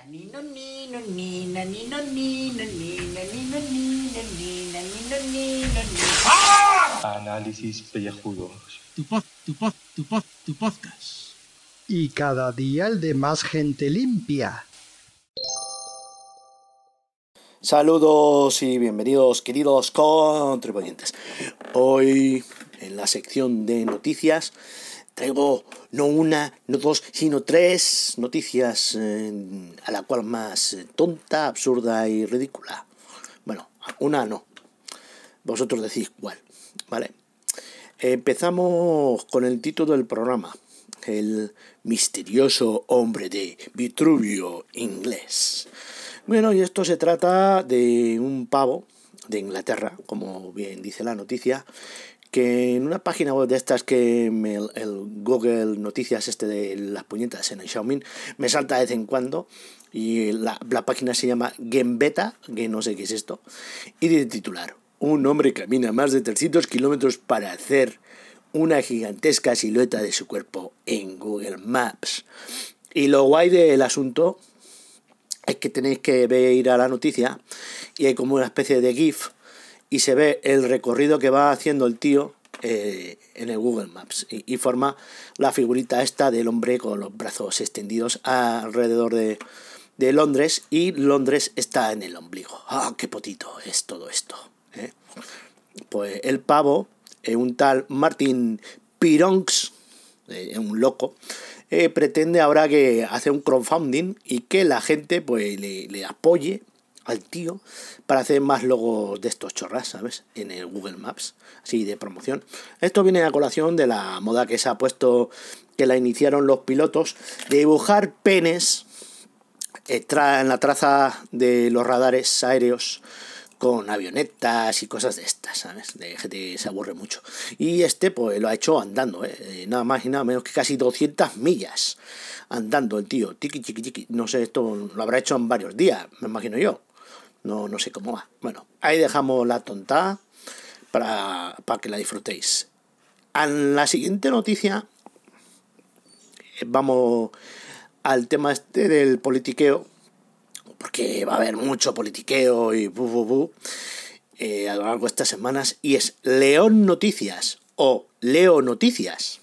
Análisis pellejudos. Tu podcast. Y cada día el de más gente limpia. Saludos y bienvenidos, queridos contribuyentes. Hoy, en la sección de noticias, traigo no una, no dos, sino tres noticias a la cual más tonta, absurda y ridícula. Bueno, una no. Vosotros decís cuál, ¿vale? Empezamos con el título del programa. El misterioso hombre de Vitruvio inglés. Bueno, y esto se trata de un pavo de Inglaterra, como bien dice la noticia, que en una página web de estas que el Google Noticias de las puñetas en el Xiaomi me salta de vez en cuando, y la página se llama Gembeta, que no sé qué es esto, y de titular: un hombre camina más de 300 kilómetros para hacer una gigantesca silueta de su cuerpo en Google Maps. Y lo guay del asunto es que tenéis que ir a la noticia y hay como una especie de GIF y se ve el recorrido que va haciendo el tío en el Google Maps y forma la figurita esta del hombre con los brazos extendidos alrededor de Londres, y Londres está en el ombligo. ¡Ah, qué potito es todo esto! Pues el pavo, un tal Martin Pironx, un loco, pretende ahora que hace un crowdfunding y que la gente pues le apoye al tío para hacer más logos de estos chorras, ¿sabes? En el Google Maps, así de promoción. Esto viene a colación de la moda que se ha puesto, que la iniciaron los pilotos, de dibujar penes en la traza de los radares aéreos con avionetas y cosas de estas, ¿sabes? De gente se aburre mucho. Y pues lo ha hecho andando, nada más y nada menos que casi 200 millas andando el tío, tiqui, tiqui, tiqui. No sé, esto lo habrá hecho en varios días, me imagino yo. No sé cómo va. Bueno, ahí dejamos la tontada para que la disfrutéis. En la siguiente noticia vamos al tema del politiqueo, porque va a haber mucho politiqueo y a lo largo de estas semanas, y es León Noticias o Leo Noticias.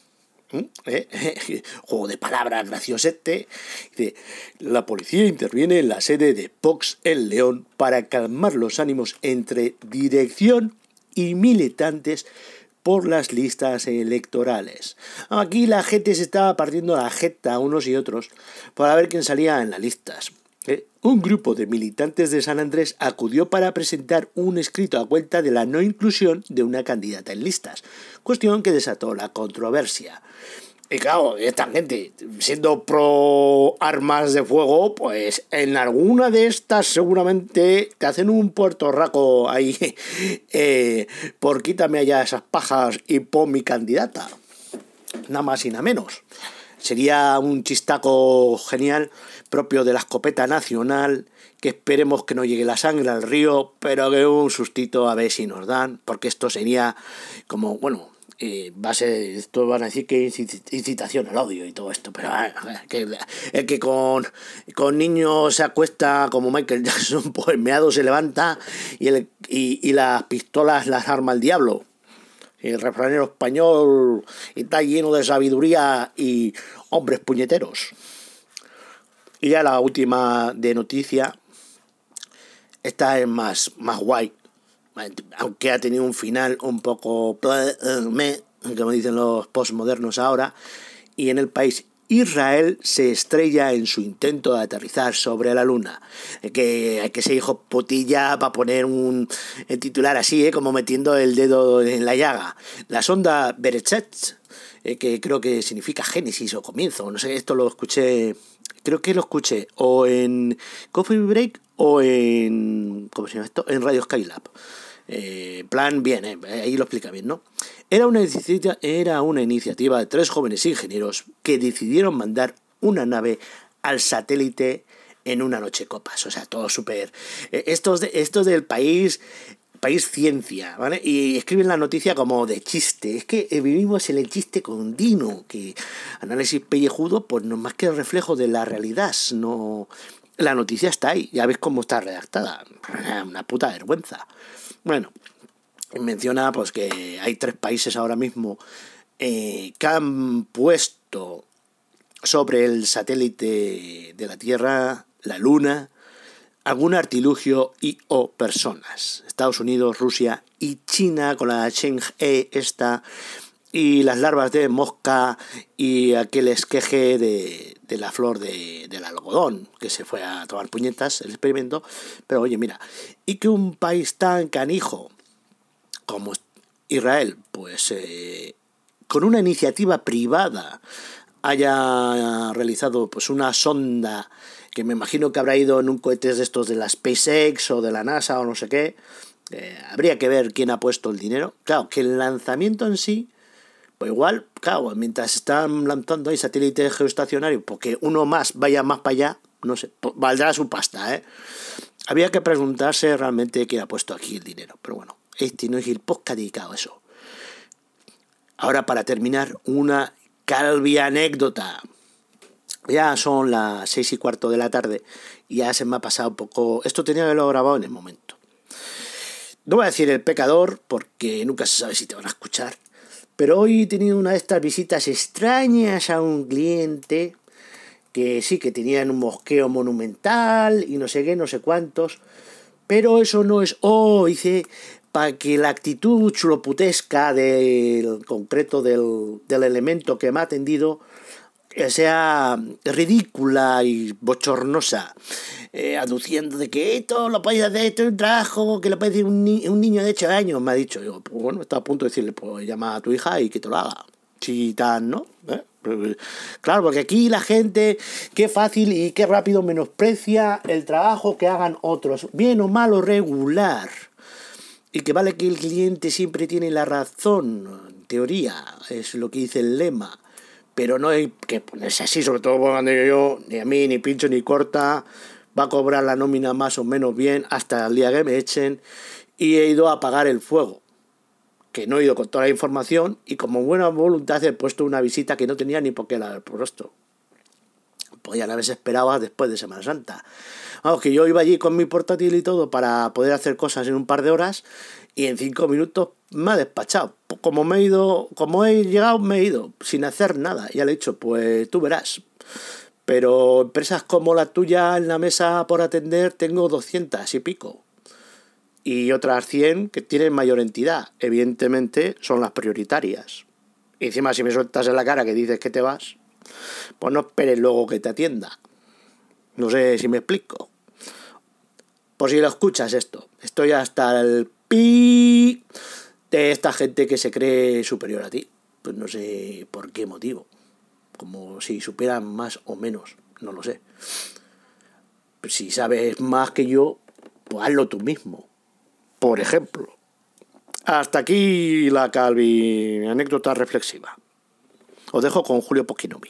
Juego de palabras graciosete. La policía interviene en la sede de Vox en León para calmar los ánimos entre dirección y militantes por las listas electorales. Aquí la gente se estaba partiendo la jeta unos y otros para ver quién salía en las listas. Un grupo de militantes de San Andrés acudió para presentar un escrito a cuenta de la no inclusión de una candidata en listas, cuestión que desató la controversia. Y claro, esta gente, siendo pro armas de fuego, pues en alguna de estas seguramente te hacen un puertorraco ahí, por quítame allá esas pajas y pon mi candidata. Nada más y nada menos. Sería un chistaco genial, propio de la escopeta nacional, que esperemos que no llegue la sangre al río, pero que un sustito a ver si nos dan, porque esto sería como, bueno, esto van a decir que es incitación al odio y todo esto, pero el que con niños se acuesta como Michael Jackson, pues meado se levanta y las pistolas las arma el diablo. El refranero español está lleno de sabiduría y hombres puñeteros. Y ya la última de noticia, esta es más guay, aunque ha tenido un final un poco como dicen los postmodernos ahora. Y en el país, Israel se estrella en su intento de aterrizar sobre la luna. Hay que ser hijo putilla para poner un titular así, como metiendo el dedo en la llaga. La sonda Bereshit, que creo que significa Génesis o comienzo, no sé, esto lo escuché, creo que lo escuché o en Coffee Break o en, ¿cómo se llama esto?, en Radio Skylab. Plan bien, ahí lo explica bien, ¿no? Era una iniciativa de 3 jóvenes ingenieros que decidieron mandar una nave al satélite en una noche copas. O sea, todo súper... Estos del país ciencia, ¿vale? Y escriben la noticia como de chiste. Es que vivimos en el chiste continuo, que análisis pellejudo pues no es más que el reflejo de la realidad, no la noticia está ahí, ya ves cómo está redactada, una puta vergüenza. Bueno, menciona pues que hay 3 países ahora mismo que han puesto sobre el satélite de la Tierra, la Luna, algún artilugio y o personas. Estados Unidos, Rusia y China con la Chang'e esta, y las larvas de mosca y aquel esqueje de la flor del algodón, que se fue a tomar puñetas el experimento. Pero oye, mira, y que un país tan canijo como Israel, pues con una iniciativa privada haya realizado pues una sonda que me imagino que habrá ido en un cohete de estos de la SpaceX o de la NASA o no sé qué. Habría que ver quién ha puesto el dinero. Claro, que el lanzamiento en sí, pues igual, claro, mientras están lanzando ahí satélites geoestacionarios, porque uno más vaya más para allá, no sé, valdrá su pasta, ¿eh? Había que preguntarse realmente quién ha puesto aquí el dinero. Pero bueno, este no es el podcast dedicado a eso. Ahora, para terminar, una calvi anécdota. Ya son las 6:15 de la tarde y ya se me ha pasado un poco. Esto tenía que haberlo grabado en el momento. No voy a decir el pecador porque nunca se sabe si te van a escuchar. Pero hoy he tenido una de estas visitas extrañas a un cliente que sí que tenían un mosqueo monumental y no sé qué, no sé cuántos. Pero eso no es... hice para que la actitud chuloputesca del concreto del elemento que me ha atendido sea ridícula y bochornosa, aduciendo de que esto lo puedes hacer, esto es un trabajo que lo puede decir un niño de 8 años, me ha dicho. Yo, pues bueno, estaba a punto de decirle, pues llama a tu hija y que te lo haga. Si tan, ¿no? Claro, porque aquí la gente, qué fácil y qué rápido menosprecia el trabajo que hagan otros, bien o mal o regular. Y que vale que el cliente siempre tiene la razón, en teoría, es lo que dice el lema. Pero no hay que ponerse así, sobre todo cuando yo, ni a mí, ni pincho ni corta, va a cobrar la nómina más o menos bien hasta el día que me echen, y he ido a apagar el fuego, que no he ido con toda la información, y como buena voluntad he puesto una visita que no tenía ni por qué haber puesto. Podían haberse esperado después de Semana Santa. Vamos, que yo iba allí con mi portátil y todo para poder hacer cosas en un par de horas, y en 5 minutos me ha despachado. Como he llegado, me he ido, sin hacer nada. Ya le he dicho, pues tú verás. Pero empresas como la tuya en la mesa por atender tengo 200 y pico. Y otras 100 que tienen mayor entidad. Evidentemente son las prioritarias. Y encima si me sueltas en la cara que dices que te vas, pues no esperes luego que te atienda. No sé si me explico. Por si lo escuchas esto. Estoy hasta el pi de esta gente que se cree superior a ti. Pues no sé por qué motivo. Como si supieran más o menos. No lo sé. Pero si sabes más que yo, pues hazlo tú mismo. Por ejemplo. Hasta aquí la calvi anécdota reflexiva. Os dejo con Julio Pochinomi.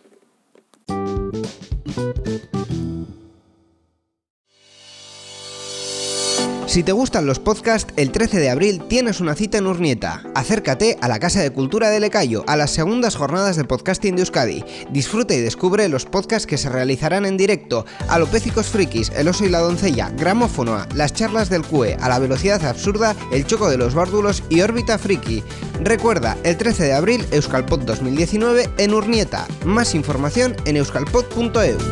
Si te gustan los podcasts, el 13 de abril tienes una cita en Urnieta. Acércate a la Casa de Cultura de Lecayo, a las segundas jornadas de podcasting de Euskadi. Disfruta y descubre los podcasts que se realizarán en directo: Alopécicos Frikis, El Oso y la Doncella, Gramófonoa, las charlas del CUE, A la Velocidad Absurda, El Choco de los Bárdulos y Órbita Friki. Recuerda, el 13 de abril, Euskalpod 2019 en Urnieta. Más información en euskalpod.eus.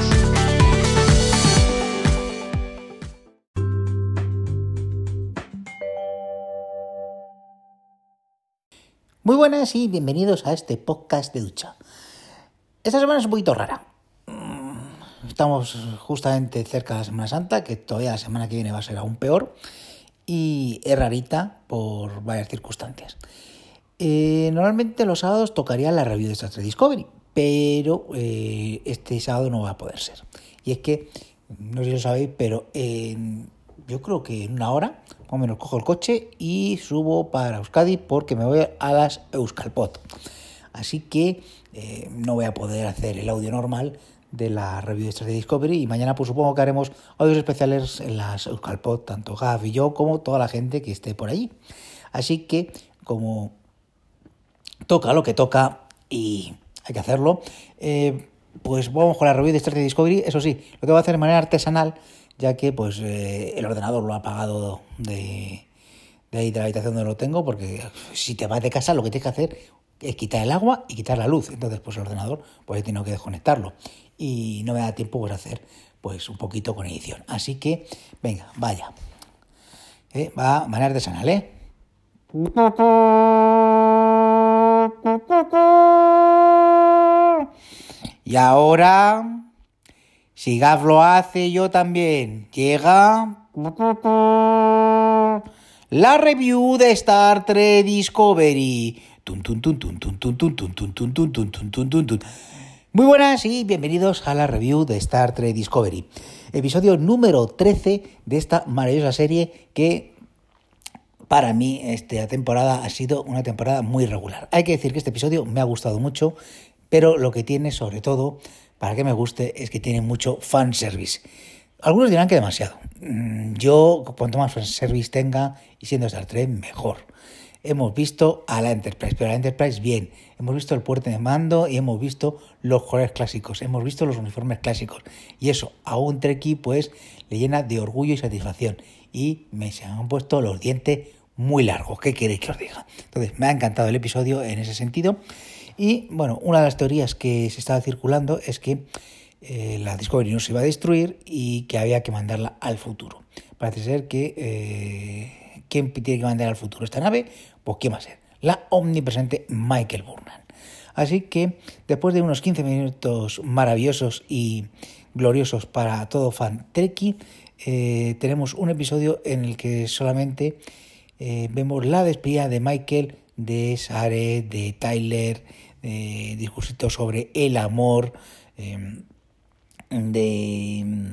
Muy buenas y bienvenidos a este podcast de ducha. Esta semana es un poquito rara. Estamos justamente cerca de la Semana Santa, que todavía la semana que viene va a ser aún peor, y es rarita por varias circunstancias. Normalmente los sábados tocaría la review de Star Trek Discovery, pero este sábado no va a poder ser. Y es que, no sé si lo sabéis, pero yo creo que en una hora, más o menos, cojo el coche y subo para Euskadi porque me voy a las Euskalpod. Así que no voy a poder hacer el audio normal de la review de Star Trek Discovery, y mañana pues supongo que haremos audios especiales en las Euskalpod, tanto Gaf y yo como toda la gente que esté por allí. Así que, como toca lo que toca y hay que hacerlo, pues vamos con la review de Star Trek Discovery. Eso sí, lo tengo que hacer de manera artesanal, ya que pues el ordenador lo ha apagado de ahí de la habitación donde lo tengo, porque si te vas de casa lo que tienes que hacer es quitar el agua y quitar la luz. Entonces pues el ordenador pues he tenido que desconectarlo y no me da tiempo pues hacer pues un poquito con edición. Así que venga, vaya. Va de manera artesanal, Y ahora, si Gaf lo hace, yo también. Llega la review de Star Trek Discovery. Muy buenas y bienvenidos a la review de Star Trek Discovery. Episodio número 13 de esta maravillosa serie que para mí esta temporada ha sido una temporada muy regular. Hay que decir que este episodio me ha gustado mucho, pero lo que tiene sobre todo, para que me guste, es que tiene mucho fanservice. Algunos dirán que demasiado. Yo, cuanto más fanservice tenga, y siendo Star Trek, mejor. Hemos visto a la Enterprise, pero a la Enterprise bien. Hemos visto el puente de mando y hemos visto los colores clásicos, hemos visto los uniformes clásicos. Y eso a un Trekkie pues le llena de orgullo y satisfacción. Y se han puesto los dientes muy largos. ¿Qué queréis que os diga? Entonces, me ha encantado el episodio en ese sentido. Y bueno, una de las teorías que se estaba circulando es que la Discovery no se iba a destruir y que había que mandarla al futuro. Parece ser que ¿quién tiene que mandar al futuro esta nave? Pues ¿quién va a ser? La omnipresente Michael Burnham. Así que después de unos 15 minutos maravillosos y gloriosos para todo fan Trekkie, tenemos un episodio en el que solamente vemos la despedida de Michael, de Sare, de Tyler, discursito sobre el amor, de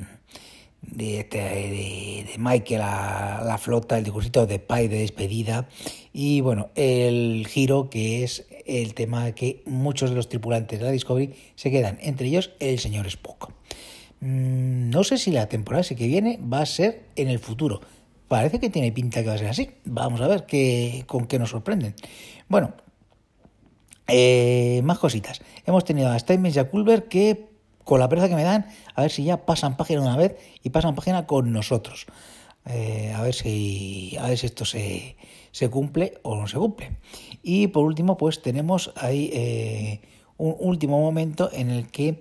Michael a la flota, el discursito de Pike de despedida y bueno, el giro que es el tema que muchos de los tripulantes de la Discovery se quedan, entre ellos el señor Spock. No sé si la temporada que viene va a ser en el futuro. Parece que tiene pinta que va a ser así. Vamos a ver con qué nos sorprenden. Bueno, más cositas. Hemos tenido a Stamets y a Culber que, con la pereza que me dan, a ver si ya pasan página de una vez y pasan página con nosotros. A ver si esto se cumple o no se cumple. Y por último, pues tenemos ahí un último momento en el que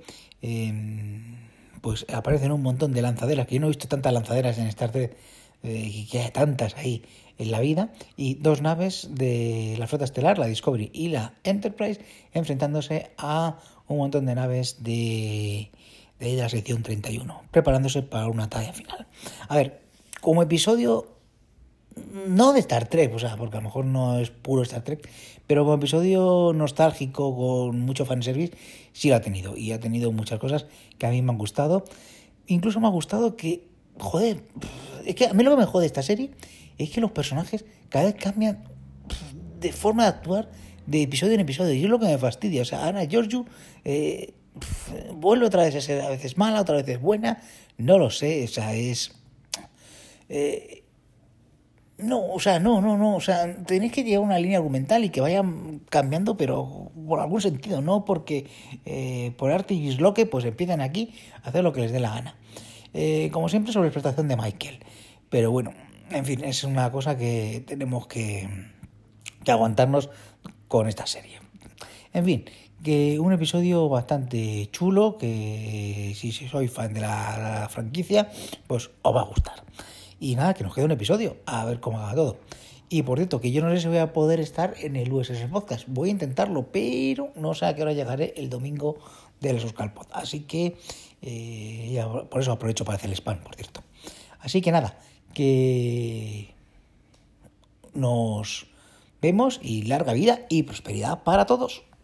pues aparecen un montón de lanzaderas, que yo no he visto tantas lanzaderas en Star Trek, que hay tantas ahí en la vida, y dos naves de la flota estelar, la Discovery y la Enterprise, enfrentándose a un montón de naves de la sección 31, preparándose para una batalla final. A ver, como episodio, no de Star Trek, o sea, porque a lo mejor no es puro Star Trek, pero como episodio nostálgico con mucho fanservice, sí lo ha tenido, y ha tenido muchas cosas que a mí me han gustado. Incluso me ha gustado que, joder, es que a mí lo que me jode de esta serie es que los personajes cada vez cambian de forma de actuar de episodio en episodio, y es lo que me fastidia. O sea, Ana Georgiou vuelve otra vez a ser a veces mala, otra vez es buena, no lo sé, o sea, es... No, o sea, tenéis que llevar una línea argumental y que vayan cambiando, pero por algún sentido, no porque por arte y disloque pues empiezan aquí a hacer lo que les dé la gana. Como siempre, sobreexplotación de Michael. Pero bueno, en fin, es una cosa que tenemos que aguantarnos con esta serie. En fin, que un episodio bastante chulo, que si sois fan de la franquicia, pues os va a gustar. Y nada, que nos queda un episodio, a ver cómo haga todo. Y por cierto, que yo no sé si voy a poder estar en el USS Podcast. Voy a intentarlo, pero no sé a qué hora llegaré el domingo del Euskalpod. Así que ya por eso aprovecho para hacer el spam, por cierto. Así que nada, que nos vemos y larga vida y prosperidad para todos.